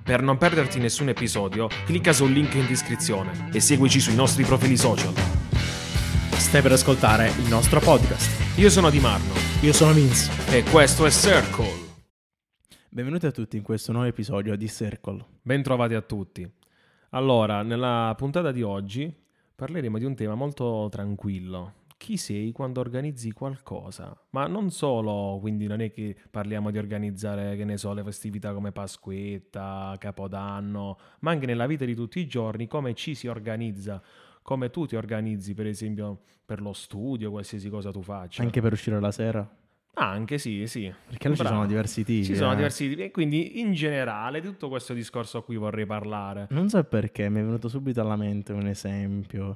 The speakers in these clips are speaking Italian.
Per non perderti nessun episodio, clicca sul link in descrizione e seguici sui nostri profili social. Stai per ascoltare il nostro podcast. Io sono Di Marno Io sono Vince. e questo è Circle. Benvenuti a tutti in questo nuovo episodio di Circle. Bentrovati a tutti. Allora, nella puntata di oggi parleremo di un tema molto tranquillo. Chi sei quando organizzi qualcosa? Ma non solo, quindi non è che parliamo di organizzare, che ne so, le festività come Pasquetta, Capodanno, ma anche nella vita di tutti i giorni, come ci si organizza, come tu ti organizzi, per esempio, per lo studio, qualsiasi cosa tu faccia. Anche per uscire la sera. Anche sì. Perché allora ci Bravo. sono diversi tipi. Ci sono diversi tipi e quindi in generale di tutto questo discorso a cui vorrei parlare. Non so perché mi è venuto subito alla mente un esempio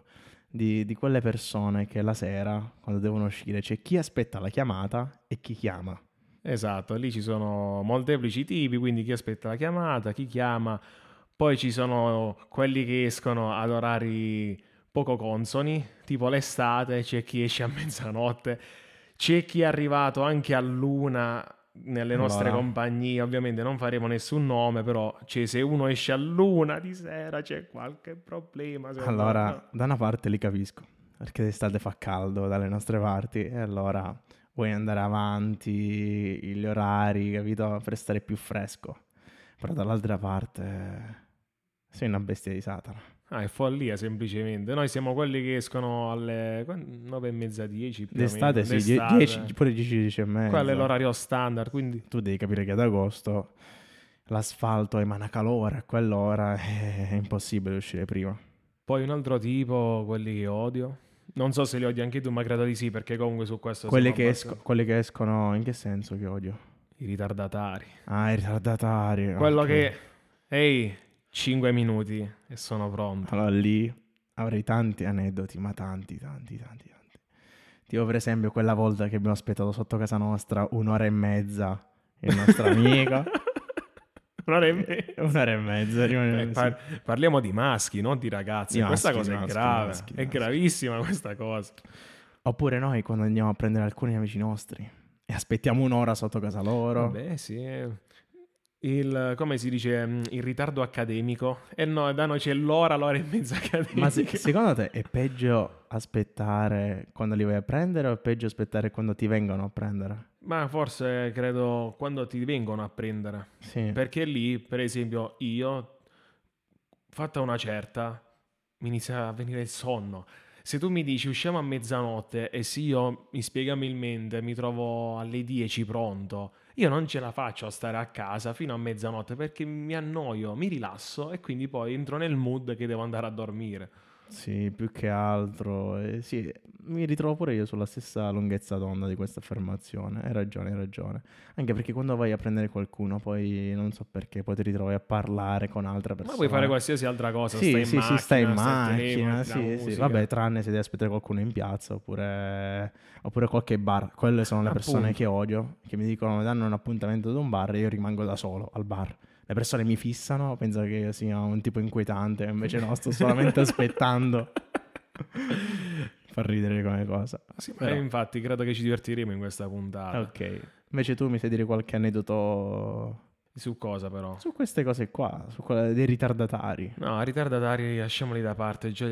di quelle persone che la sera, quando devono uscire, c'è chi aspetta la chiamata e chi chiama. Esatto, lì ci sono molteplici tipi, quindi chi aspetta la chiamata, chi chiama, poi ci sono quelli che escono ad orari poco consoni, tipo l'estate, c'è chi esce a mezzanotte, c'è chi è arrivato anche all'una nelle nostre Allora. compagnie, ovviamente non faremo nessun nome, però se uno esce all'una di sera c'è qualche problema. secondo me, Allora, no? da una parte li capisco, perché d'estate fa caldo dalle nostre parti e allora vuoi andare avanti gli orari, capito? Per stare più fresco. Però dall'altra parte sei una bestia di Satana. È follia semplicemente. Noi siamo quelli che escono alle 9:30, 10 più o D'estate meno. sì, D'estate. 10, pure 10, 10 e mezza. Quello è l'orario standard, quindi Tu devi capire che ad agosto l'asfalto emana calore, a quell'ora è impossibile uscire prima. poi un altro tipo, quelli che odio. Non so se li odi anche tu, ma credo di sì, perché comunque su questo Quelli siamo che, abbastanza- quelli che escono, in che senso che odio? i ritardatari. Ah, i ritardatari. Quello ok. che, ehi, 5 minuti e sono pronto. Allora lì avrei tanti aneddoti, ma tanti. Tipo per esempio quella volta che abbiamo aspettato sotto casa nostra 1 ora e mezza il nostro amico. 1 ora e mezza. 1 ora e mezza. rimane così. Parliamo di maschi, non di ragazzi. Di Questa maschi, cosa di è maschi, grave, di maschi, di è maschi. gravissima questa cosa. Oppure noi quando andiamo a prendere alcuni amici nostri e aspettiamo 1 ora sotto casa loro. Vabbè, sì. Come si dice, il ritardo accademico. E no, da noi c'è l'ora e mezza accademica. Ma secondo te è peggio aspettare quando li vai a prendere o è peggio aspettare quando ti vengono a prendere? Ma forse credo quando ti vengono a prendere. Sì. Perché lì, per esempio, io, fatta una certa, mi inizia a venire il sonno. Se tu mi dici usciamo a mezzanotte e se io inspiegabilmente mi trovo alle 10 pronto, io non ce la faccio a stare a casa fino a mezzanotte perché mi annoio, mi rilasso e quindi poi entro nel mood che devo andare a dormire. Sì, più che altro. Sì, mi ritrovo pure io sulla stessa lunghezza d'onda di questa affermazione. Hai ragione. Anche perché quando vai a prendere qualcuno, poi non so perché, poi ti ritrovi a parlare con altre Ma persone. puoi fare qualsiasi altra cosa, Sì, stai in sì, macchina, stai in stai al macchina, telefono, la sì. musica. Vabbè, tranne se devi aspettare qualcuno in piazza oppure qualche bar. Quelle sono le persone Appunto. che odio, che mi dicono mi danno un appuntamento ad un bar e io rimango da solo al bar. Le persone mi fissano, pensano che io sia un tipo inquietante, invece no, sto solamente aspettando. Fa ridere come cosa. Sì, ma Però, infatti credo che ci divertiremo in questa puntata. ok. Invece tu mi sai dire qualche aneddoto Su cosa però? su queste cose qua, su quelle dei ritardatari? No, i ritardatari lasciamoli da parte, già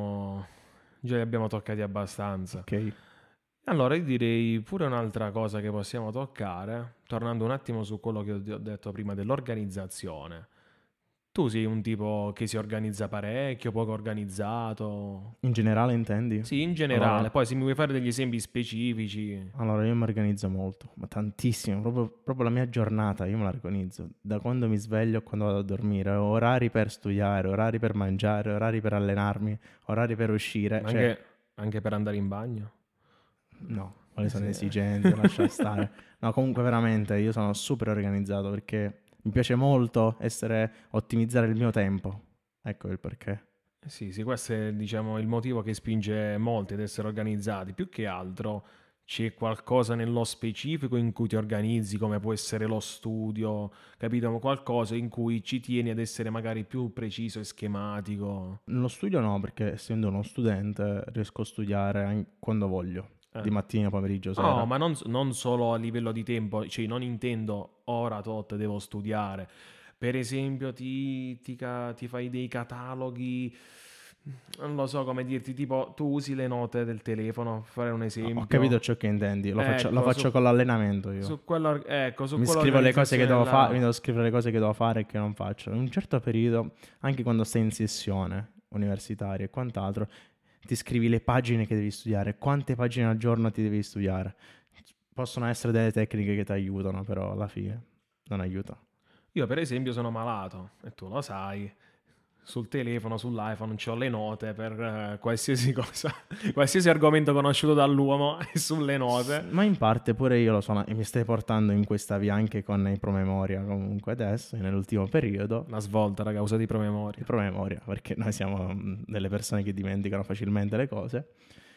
li abbiamo toccati abbastanza. Ok. Allora, io direi pure un'altra cosa che possiamo toccare, tornando un attimo su quello che ho detto prima dell'organizzazione. Tu sei un tipo che si organizza parecchio, poco organizzato? In generale intendi? Sì, in generale. Allora, Poi se mi vuoi fare degli esempi specifici. allora, io mi organizzo molto, ma tantissimo, proprio la mia giornata io me la organizzo, da quando mi sveglio a quando vado a dormire, ho orari per studiare, orari per mangiare, orari per allenarmi, orari per uscire, Ma cioè, anche per andare in bagno? no, quali sono le Sì. esigenze, lascia stare. No, comunque veramente io sono super organizzato perché mi piace molto ottimizzare il mio tempo, ecco il perché. Sì, questo è diciamo il motivo che spinge molti ad essere organizzati. Più che altro c'è qualcosa nello specifico in cui ti organizzi, come può essere lo studio, capito? Qualcosa in cui ci tieni ad essere magari più preciso e schematico. Nello studio no, perché essendo uno studente riesco a studiare quando voglio, di mattina, pomeriggio, sera. No, ma non solo a livello di tempo, cioè non intendo ora tot devo studiare, Per esempio, ti fai dei cataloghi, non lo so come dirti, tipo tu usi le note del telefono, fare un Ho capito esempio. ciò che intendi, lo Ecco, faccio con l'allenamento io. Su Mi scrivo le cose che quell'organizzazione devo fare, mi là. devo scrivere le cose che devo fare e che non faccio. In un certo periodo, anche quando stai in sessione universitaria e quant'altro, ti scrivi le pagine che devi studiare, quante pagine al giorno ti devi studiare. Possono essere delle tecniche che ti aiutano, però alla fine non aiuta. Io per esempio sono malato, e tu lo sai, sul telefono, sull'iPhone, c'ho le note per qualsiasi cosa, qualsiasi argomento conosciuto dall'uomo è sulle note. Ma in parte pure io lo sono e mi stai portando in questa via anche con i promemoria comunque adesso, nell'ultimo periodo. Una svolta, raga, usa di I promemoria. promemoria, perché noi siamo delle persone che dimenticano facilmente le cose.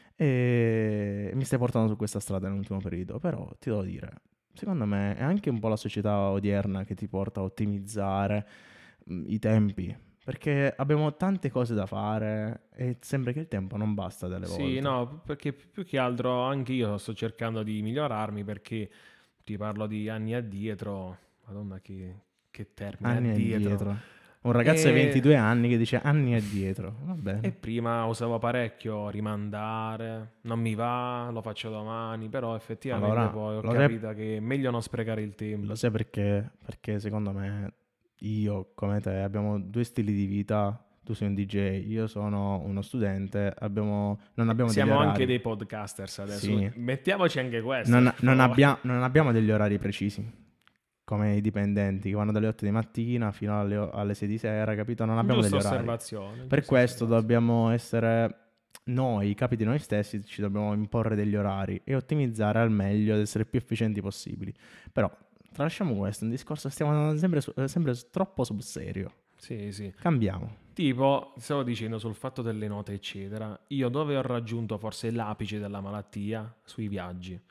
E mi stai portando su questa strada nell'ultimo periodo, però ti devo dire, secondo me è anche un po' la società odierna che ti porta a ottimizzare i tempi, perché abbiamo tante cose da fare e sembra che il tempo non basta delle Sì, volte. no, perché più che altro anche io sto cercando di migliorarmi perché ti parlo di anni addietro, madonna che termine, Anni addietro. addietro. Un ragazzo di E 22 anni che dice anni addietro, va E bene. prima usavo parecchio rimandare, non mi va, lo faccio domani, però effettivamente Allora, poi ho lo sai, capito che è meglio non sprecare il lo tempo. sai perché? Perché secondo me io come te abbiamo due stili di vita. Tu sei un DJ, io sono uno studente, non abbiamo degli Siamo anche orari. dei podcasters adesso, Sì, mettiamoci anche questo, per favore. non abbiamo degli orari precisi, come i dipendenti che vanno dalle 8 di mattina fino alle 6 di sera, capito? Non abbiamo degli Giusta orari. osservazione, Per giusta questo osservazione. dobbiamo essere noi, capi di noi stessi, ci dobbiamo imporre degli orari e ottimizzare al meglio ed essere più efficienti possibili. Però, tralasciamo questo, è un discorso, stiamo andando sempre troppo sul serio. Sì, sì. Cambiamo. Tipo, stavo dicendo sul fatto delle note, eccetera. Io dove ho raggiunto forse l'apice della malattia? Sui viaggi.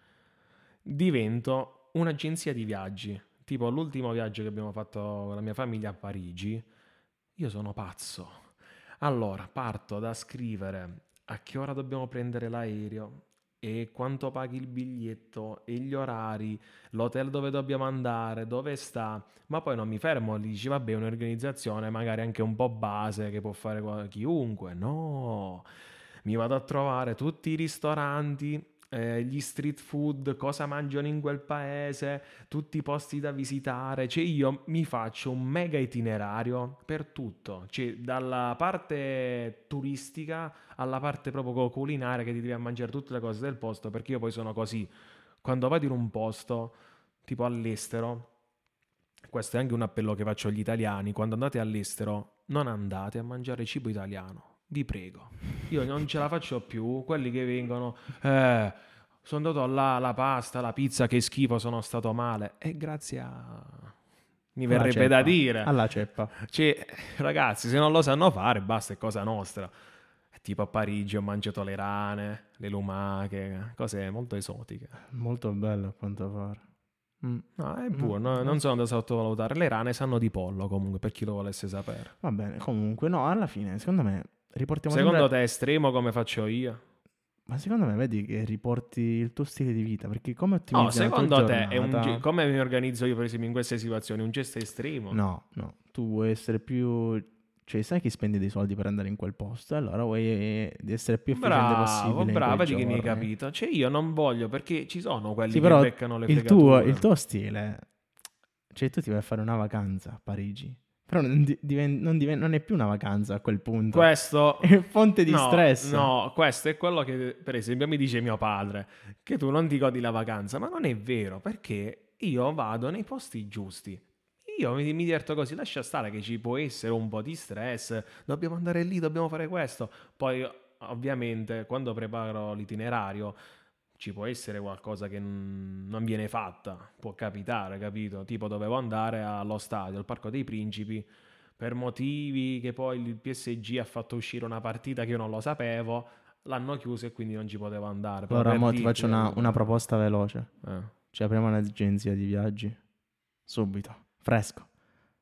Divento un'agenzia di viaggi. Tipo, l'ultimo viaggio che abbiamo fatto con la mia famiglia a Parigi, io sono pazzo. Allora, parto da scrivere a che ora dobbiamo prendere l'aereo e quanto paghi il biglietto e gli orari, l'hotel dove dobbiamo andare, dove sta, ma poi non mi fermo lì, dici vabbè, è un'organizzazione magari anche un po' base che può fare chiunque. No, mi vado a trovare tutti i ristoranti, gli street food, cosa mangiano in quel paese, tutti i posti da visitare, cioè io mi faccio un mega itinerario per tutto, cioè dalla parte turistica alla parte proprio culinaria che ti devi mangiare tutte le cose del posto, perché io poi sono così, quando vado in un posto, tipo all'estero, questo è anche un appello che faccio agli italiani, quando andate all'estero non andate a mangiare cibo italiano, vi prego, io non ce la faccio più, quelli che vengono, sono andato là, la pasta, la pizza, che schifo, sono stato male. E grazie a... Mi Alla verrebbe da ceppa. dire. Alla ceppa. Cioè, ragazzi, se non lo sanno fare, basta, è cosa nostra. Tipo a Parigi ho mangiato le rane, le lumache, cose molto esotiche. Molto bello a quanto pare. No, è No, buono, no. non sono da sottovalutare. Le rane sanno di pollo comunque, per chi lo volesse sapere. Va bene, comunque, no, alla fine, secondo me, riportiamo Secondo sempre... te è estremo come faccio io? Ma secondo me, vedi che riporti il tuo stile di vita, perché come No, ottimizzi la tua secondo te è giornata... come mi organizzo io per esempio in queste situazioni? Un gesto estremo? No, no, tu vuoi essere più... Cioè, sai che spendi dei soldi per andare in quel posto, allora vuoi essere più efficiente Bravo, possibile in bravo, quei vedi che mi hai giorni. capito. Cioè io non voglio perché ci sono Sì, quelli che però beccano le il fregature. tuo stile... Cioè, tu ti vai a fare una vacanza a Parigi, però non è più una vacanza a quel punto. Questo, È fonte di no, stress. no, questo è quello che per esempio mi dice mio padre, che tu non ti godi la vacanza, ma non è vero perché io vado nei posti giusti. Io mi diverto così, lascia stare che ci può essere un po' di stress, dobbiamo andare lì, dobbiamo fare questo. Poi ovviamente quando preparo l'itinerario ci può essere qualcosa che non viene fatta, può capitare, capito? Tipo dovevo andare allo stadio, al Parco dei Principi, per motivi che poi il PSG ha fatto uscire una partita che io non lo sapevo, l'hanno chiuso e quindi non ci potevo andare. Però Allora, per mo ti dirti, faccio una capito? proposta veloce. Eh. Ci apriamo un'agenzia di viaggi. Subito. Fresco.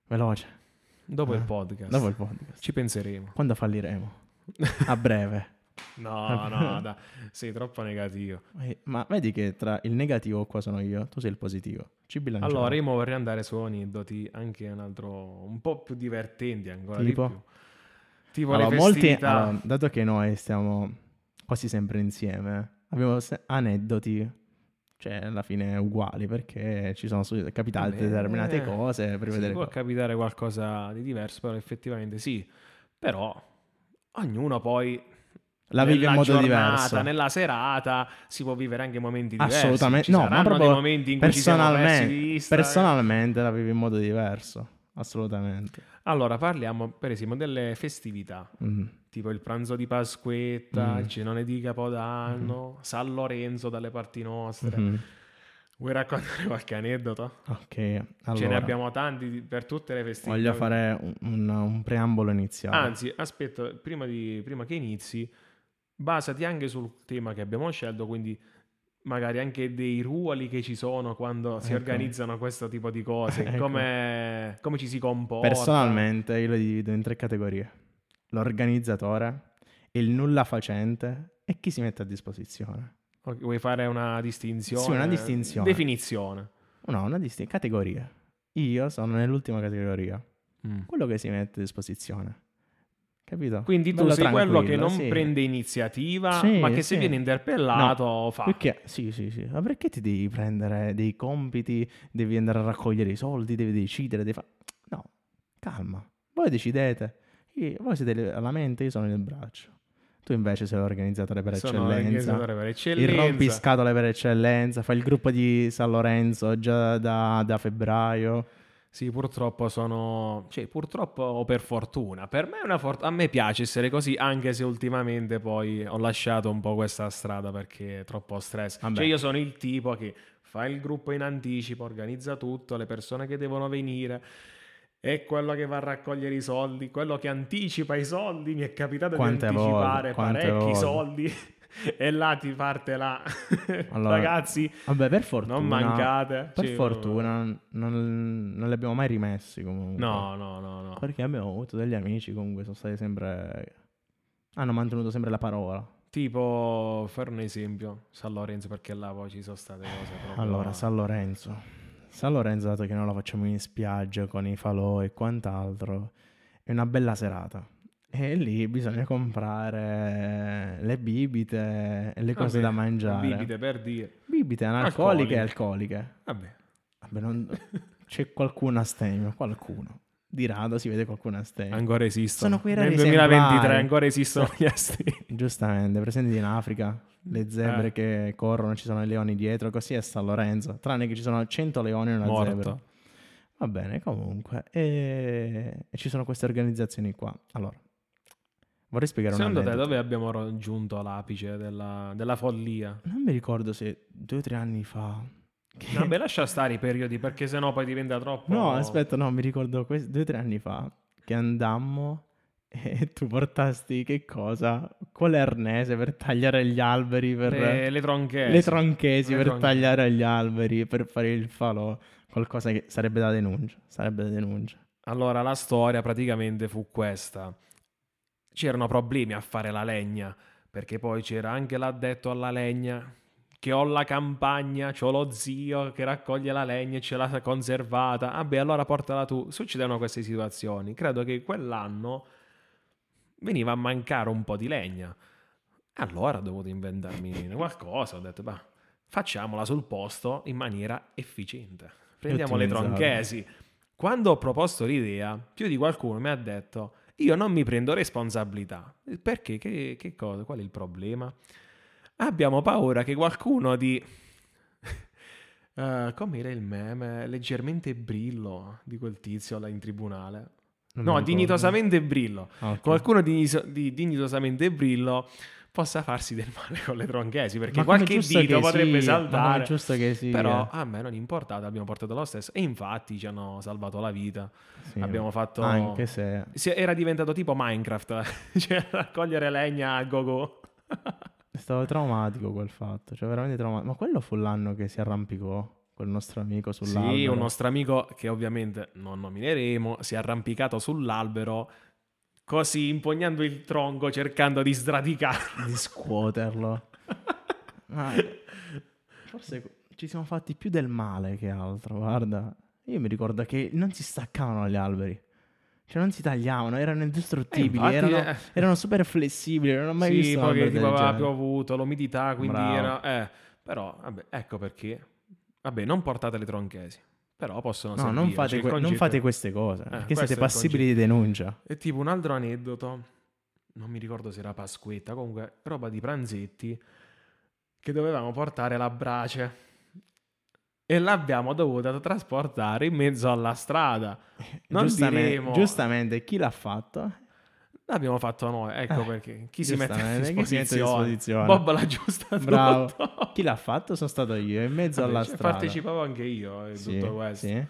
Veloce. Dopo il Dopo podcast il podcast. ci penseremo. Quando falliremo? A breve. No, sei troppo negativo. Ma vedi che tra il negativo qua sono io, tu sei il positivo. Ci bilanciamo. Allora, io mo vorrei andare su aneddoti anche un altro, un po' più divertenti ancora di Tipo? più. Tipo le Allora, festività. dato che noi stiamo quasi sempre insieme, abbiamo aneddoti, cioè alla fine uguali, perché ci sono capitate Vabbè, determinate cose per sì, vedere può capitare qualcosa di diverso, però effettivamente sì. Però ognuno poi la vive in nella modo giornata, diverso. nella serata si può vivere anche momenti diversi. Assolutamente, Ci no, ma saranno dei proprio momenti in cui ci siamo persi di vista. personalmente la vive in modo diverso, assolutamente. Allora, parliamo per esempio delle festività, Mm. tipo il pranzo di Pasquetta, Mm. il cenone di Capodanno, San Lorenzo dalle parti nostre. Mhm. Vuoi raccontare qualche aneddoto? Ok, Ce ne allora abbiamo tanti per tutte le festività. voglio fare un preambolo iniziale. Anzi, aspetta, prima che inizi, basati anche sul tema che abbiamo scelto, quindi magari anche dei ruoli che ci sono quando si Ecco. organizzano questo tipo di cose, Ecco. come ci si comporta. Personalmente io lo divido in 3 categorie: l'organizzatore, il nulla facente e chi si mette a disposizione. Ok, vuoi fare una distinzione? Sì, una distinzione. Definizione. No, una distinzione. Categorie. Io sono nell'ultima categoria, quello che si mette a disposizione. Capito? Quindi tu Bello sei quello che tranquillo, non sì. prende iniziativa, Sì, ma che sì. se viene interpellato No, fa. perché? Sì. Ma perché ti devi prendere dei compiti, devi andare a raccogliere i soldi, devi decidere, No, calma. Voi decidete. Voi siete alla mente, io sono nel braccio. Tu invece sei l'organizzatore per Sono eccellenza. organizzatore per Il eccellenza. rompiscatole per eccellenza. Fai il gruppo di San Lorenzo già da febbraio. Sì, purtroppo sono... Cioè, purtroppo o per fortuna. Per me è una fortuna. A me piace essere così, anche se ultimamente poi ho lasciato un po' questa strada perché è troppo stress. Vabbè. Cioè, io sono il tipo che fa il gruppo in anticipo, organizza tutto, le persone che devono venire, è quello che va a raccogliere i soldi, quello che anticipa i soldi. Mi è capitato Quante di volte, anticipare quante parecchi volte. soldi. E là ti parte là. Allora, Ragazzi, vabbè, per fortuna, non mancate. per Cioè, fortuna non li abbiamo mai rimessi comunque. no. Perché abbiamo avuto degli amici comunque, sono stati sempre... hanno mantenuto sempre la parola. Tipo, fare un esempio, San Lorenzo, perché là poi ci sono state cose proprio... Allora, San Lorenzo, dato che noi la facciamo in spiaggia con i falò e quant'altro, è una bella serata. E lì bisogna comprare le bibite e le cose da mangiare. Bibite per dire. Bibite analcoliche e alcoliche. Vabbè. C'è qualcuno a stemio, qualcuno. Di rado si vede qualcuno a stemio. Ancora esistono. Sono quei Nel rari 2023 esemplari. ancora esistono gli astri. Giustamente, presenti in Africa, le zebre che corrono, ci sono i leoni dietro, così è San Lorenzo. Tranne che ci sono 100 leoni e una zebra. Morto. Va bene, comunque. E ci sono queste organizzazioni qua. Allora, vorrei spiegare un Secondo te aneddoto. dove abbiamo raggiunto l'apice della follia? Non mi ricordo se 2 o 3 anni fa... Vabbè, lascia stare i periodi perché sennò poi diventa troppo... No, aspetta, no, mi ricordo 2 o 3 anni fa che andammo e tu portasti che cosa? Quale arnese per tagliare gli alberi? Le tronchesi. Le tronchesi Le per tronchesi. tagliare gli alberi, per fare il falò. Qualcosa che sarebbe da denuncia. Allora, la storia praticamente fu questa. C'erano problemi a fare la legna, perché poi c'era anche l'addetto alla legna, che ho la campagna, c'ho lo zio che raccoglie la legna e ce l'ha conservata. Vabbè, allora portala tu. Succedevano queste situazioni. Credo che quell'anno veniva a mancare un po' di legna. Allora ho dovuto inventarmi qualcosa. Ho detto, bah, facciamola sul posto in maniera efficiente. Prendiamo le Ottimizzato. tronchesi. Quando ho proposto l'idea, più di qualcuno mi ha detto: io non mi prendo responsabilità. Perché? Che cosa? Qual è il problema? Abbiamo paura che qualcuno di... come era il meme? Leggermente Brillo di quel tizio là in tribunale. Non mi No, ricordo. dignitosamente Brillo. Ok. Qualcuno di dignitosamente Brillo possa farsi del male con le tronchesi, perché Ma come qualche giusto dito che potrebbe sia, ma come saltare. giusto che sia. Però a me non importa, abbiamo portato lo stesso. E infatti ci hanno salvato la vita. Sì, Abbiamo fatto... anche se Era diventato tipo Minecraft, cioè raccogliere legna a go-go. è stato traumatico quel fatto, cioè veramente traumatico. Ma quello fu l'anno che si arrampicò quel nostro amico sull'albero. Sì, un nostro amico che ovviamente non nomineremo si è arrampicato sull'albero così impugnando il tronco cercando di sradicarlo. Di scuoterlo. Ma forse ci siamo fatti più del male che altro, guarda. Io mi ricordo che non si staccavano gli alberi. Cioè non si tagliavano, erano indistruttibili, infatti, erano super flessibili, non ho mai sì, visto un poi che albero tipo del aveva genere. piovuto, l'umidità, quindi Bravo. era... però, vabbè, ecco perché. Vabbè, non portate le tronchesi, però possono No, non servire. fate, Cioè, il non concetto... fate queste cose, perché siete questo è il passibili concetto. di denuncia. E tipo un altro aneddoto, non mi ricordo se era Pasquetta, comunque roba di pranzetti, che dovevamo portare la brace e l'abbiamo dovuta trasportare in mezzo alla strada. Non diremo, Giustamente, chi l'ha fatto? l'abbiamo fatto noi, ecco Eh, perché chi si mette a giustamente, chi si mette a disposizione? disposizione? Bob l'aggiusta Bravo. tutto. Chi l'ha fatto sono stato io, in mezzo Vabbè, alla cioè, strada. partecipavo anche io in tutto Sì, questo. sì.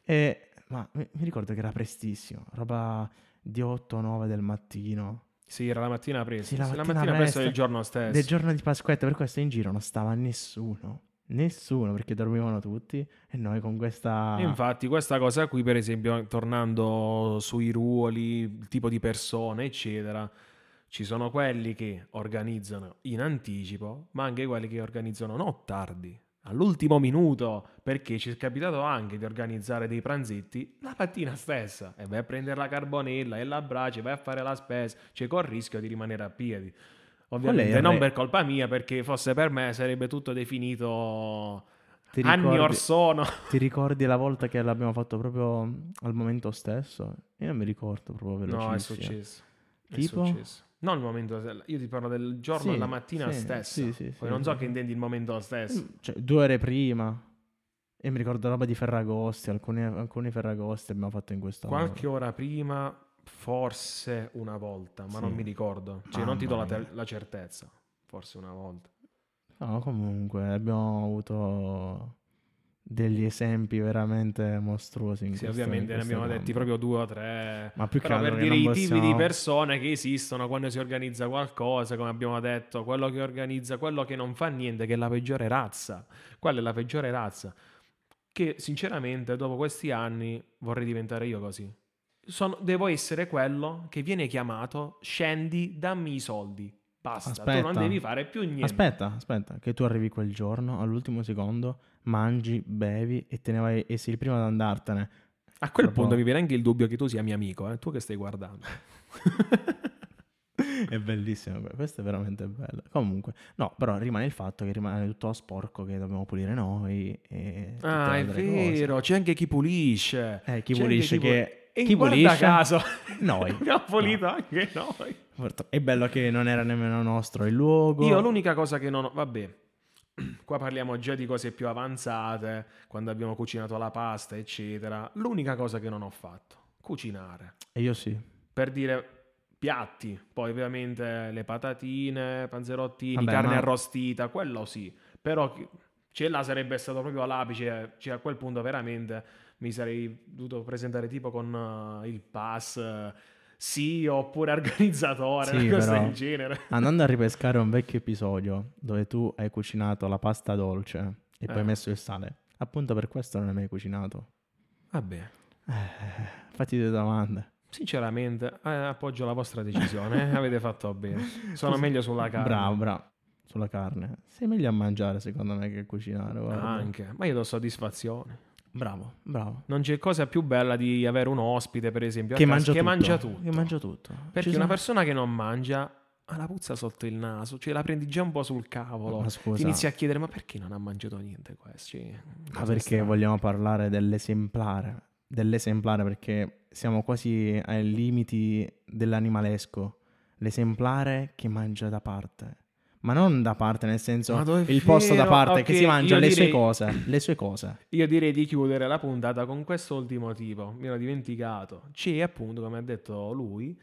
Ma mi ricordo che era prestissimo, roba di 8-9 del mattino. Sì, era la mattina presto. Sì, la Sì, la mattina mattina presto presto del giorno del stesso. giorno di Pasquetta, per questo in giro non stava nessuno. Nessuno, perché dormivano tutti e noi con questa... Infatti, questa cosa qui, per esempio, tornando sui ruoli, il tipo di persone, eccetera, ci sono quelli che organizzano in anticipo, ma anche quelli che organizzano no tardi, all'ultimo minuto, perché ci è capitato anche di organizzare dei pranzetti la mattina stessa e vai a prendere la carbonella e la brace, vai a fare la spesa, cioè col rischio di rimanere a piedi. Qual è Ovviamente il non re... per colpa mia, perché fosse per me sarebbe tutto definito Ti anni or ricordi... sono. Ti ricordi la volta che l'abbiamo fatto proprio al momento stesso? Io non mi ricordo proprio No, è velocissimo. successo. È Tipo? successo. Non il momento, io ti parlo del giorno, Sì, la mattina sì, stessa. sì, sì, Poi sì, non so sì, che sì. intendi il momento stesso. Cioè, 2 ore prima. E mi ricordo roba di Ferragosti, alcuni Ferragosti abbiamo fatto in questo Qualche modo. ora prima, forse una volta, ma non Sì, mi ricordo. Cioè, non ti do mamma mia. la certezza. Forse una volta. No, comunque abbiamo avuto degli esempi veramente mostruosi in Sì, questo, in ovviamente ne questo abbiamo detti campo. proprio 2 o 3. Ma più che Però altro per che dire non i tipi di possiamo... persone che esistono quando si organizza qualcosa, come abbiamo detto, quello che organizza, quello che non fa niente, che è la peggiore razza. Quella è la peggiore razza. Che sinceramente dopo questi anni vorrei diventare io così. Devo essere quello che viene chiamato scendi, dammi i soldi. Basta, tu non devi fare più niente. Aspetta, che tu arrivi quel giorno, all'ultimo secondo, mangi, bevi e te ne vai e sei il primo ad andartene. A quel punto mi Proprio... viene anche il dubbio che tu sia mio amico, tu che stai guardando. È bellissimo, questo è veramente bello. Comunque, no, però rimane il fatto che rimane tutto sporco che dobbiamo pulire noi e tutte le Ah, è altre cose. vero, c'è anche chi pulisce. Chi C'è anche pulisce che... E Chi guarda pulisce? caso, Noi. abbiamo pulito No. anche noi. È bello che non era nemmeno nostro il Io luogo. l'unica cosa che non ho... Vabbè, qua parliamo già di cose più avanzate, quando abbiamo cucinato la pasta, eccetera. L'unica cosa che non ho fatto, cucinare. E io sì. Per dire piatti, poi ovviamente le patatine, panzerottini, Vabbè, carne ma arrostita, quello sì. Però ce là sarebbe stato proprio l'apice, cioè a quel punto veramente mi sarei dovuto presentare tipo con il pass, sì, oppure organizzatore, sì, una cosa però del genere. andando a ripescare un vecchio episodio dove tu hai cucinato la pasta dolce e poi hai Eh, messo il sale, appunto per questo non hai mai cucinato. vabbè, Fatti due domande. sinceramente appoggio la vostra decisione, avete fatto bene. Sono meglio sulla carne. Bravo. Sulla carne. Sei meglio a mangiare secondo me che a cucinare, guarda. Anche, ma io do soddisfazione. Bravo. Non c'è cosa più bella di avere un ospite, per esempio, a Che casa, mangia che tutto. mangia tutto. Che mangia tutto. Perché Ci una sono- persona che non mangia ha la puzza sotto il naso, cioè la prendi già un po' sul cavolo. Ma Ti scusa, inizi a chiedere, ma perché non ha mangiato niente questo? Cioè, ma cosa perché strana. vogliamo parlare dell'esemplare? Dell'esemplare perché siamo quasi ai limiti dell'animalesco. L'esemplare che mangia da parte. Ma non da parte nel senso Ma dove è il posto da vero? parte che Ok, si mangia io le sue direi- cose. Le sue cose. Io direi di chiudere la puntata con questo ultimo tipo, mi ero dimenticato. C'è appunto, come ha detto lui,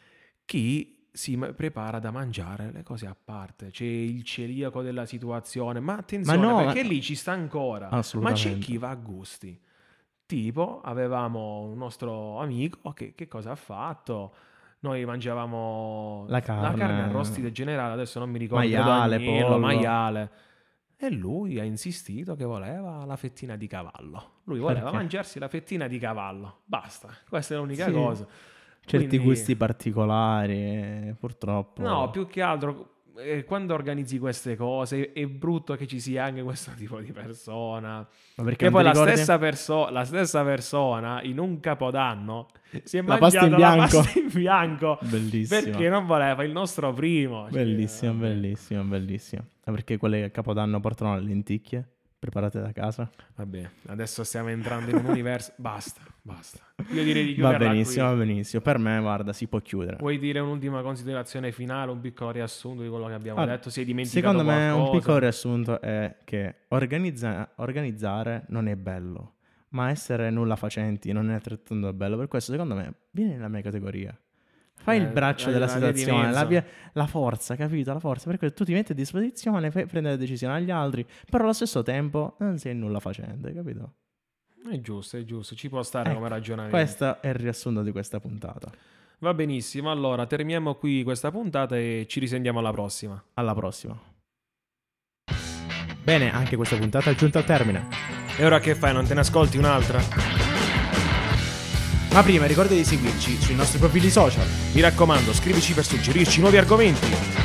chi si prepara da mangiare le cose a parte. C'è il celiaco della situazione, ma attenzione no, perché ma- lì ci sta ancora. Ma Assolutamente. c'è chi va a gusti. Tipo, avevamo un nostro amico che cosa ha fatto? Noi mangiavamo La carne carne. arrostita in generale, adesso non mi ricordo, credo Maiale, agnello, pollo. maiale. E lui ha insistito che voleva la fettina di cavallo. Lui voleva Perché? mangiarsi la fettina di cavallo. Basta, questa è l'unica Sì. cosa. certi Quindi- gusti particolari, purtroppo. No, più che altro quando organizzi queste cose è brutto che ci sia anche questo tipo di persona. Ma perché Che non poi ti ricordi? la stessa persona in un capodanno si è La pasta mangiata in la bianco. pasta in bianco Bellissima. perché non voleva il nostro primo. Cioè, Bellissima, vabbè. bellissima, bellissima. Ma perché quelle che a Capodanno portano le lenticchie preparate da casa? Vabbè, adesso stiamo entrando in un universo. Basta. Io direi di Va chiuderla benissimo, qui. va benissimo. Per me, guarda, si può chiudere. Vuoi dire un'ultima considerazione finale, un piccolo riassunto di quello che abbiamo Allora, detto? Si è dimenticato secondo me un qualcosa? piccolo riassunto è che organizzare non è bello, ma essere nulla facenti non è altrettanto bello. Per questo, secondo me, vieni nella mia categoria. Fai il braccio della la via di situazione, mezzo. la forza, capito? La forza. Per questo tu ti metti a disposizione, fai prendere decisioni agli altri, però allo stesso tempo non sei nulla facente, capito? È giusto, ci può stare Ecco, come ragionamento. questo è il riassunto di questa puntata. Va benissimo, allora terminiamo qui questa puntata e ci risentiamo alla prossima. Alla prossima. Bene, anche questa puntata è giunta al termine. E ora che fai, non te ne ascolti un'altra? Ma prima ricorda di seguirci sui nostri profili social. Mi raccomando, scrivici per suggerirci nuovi argomenti.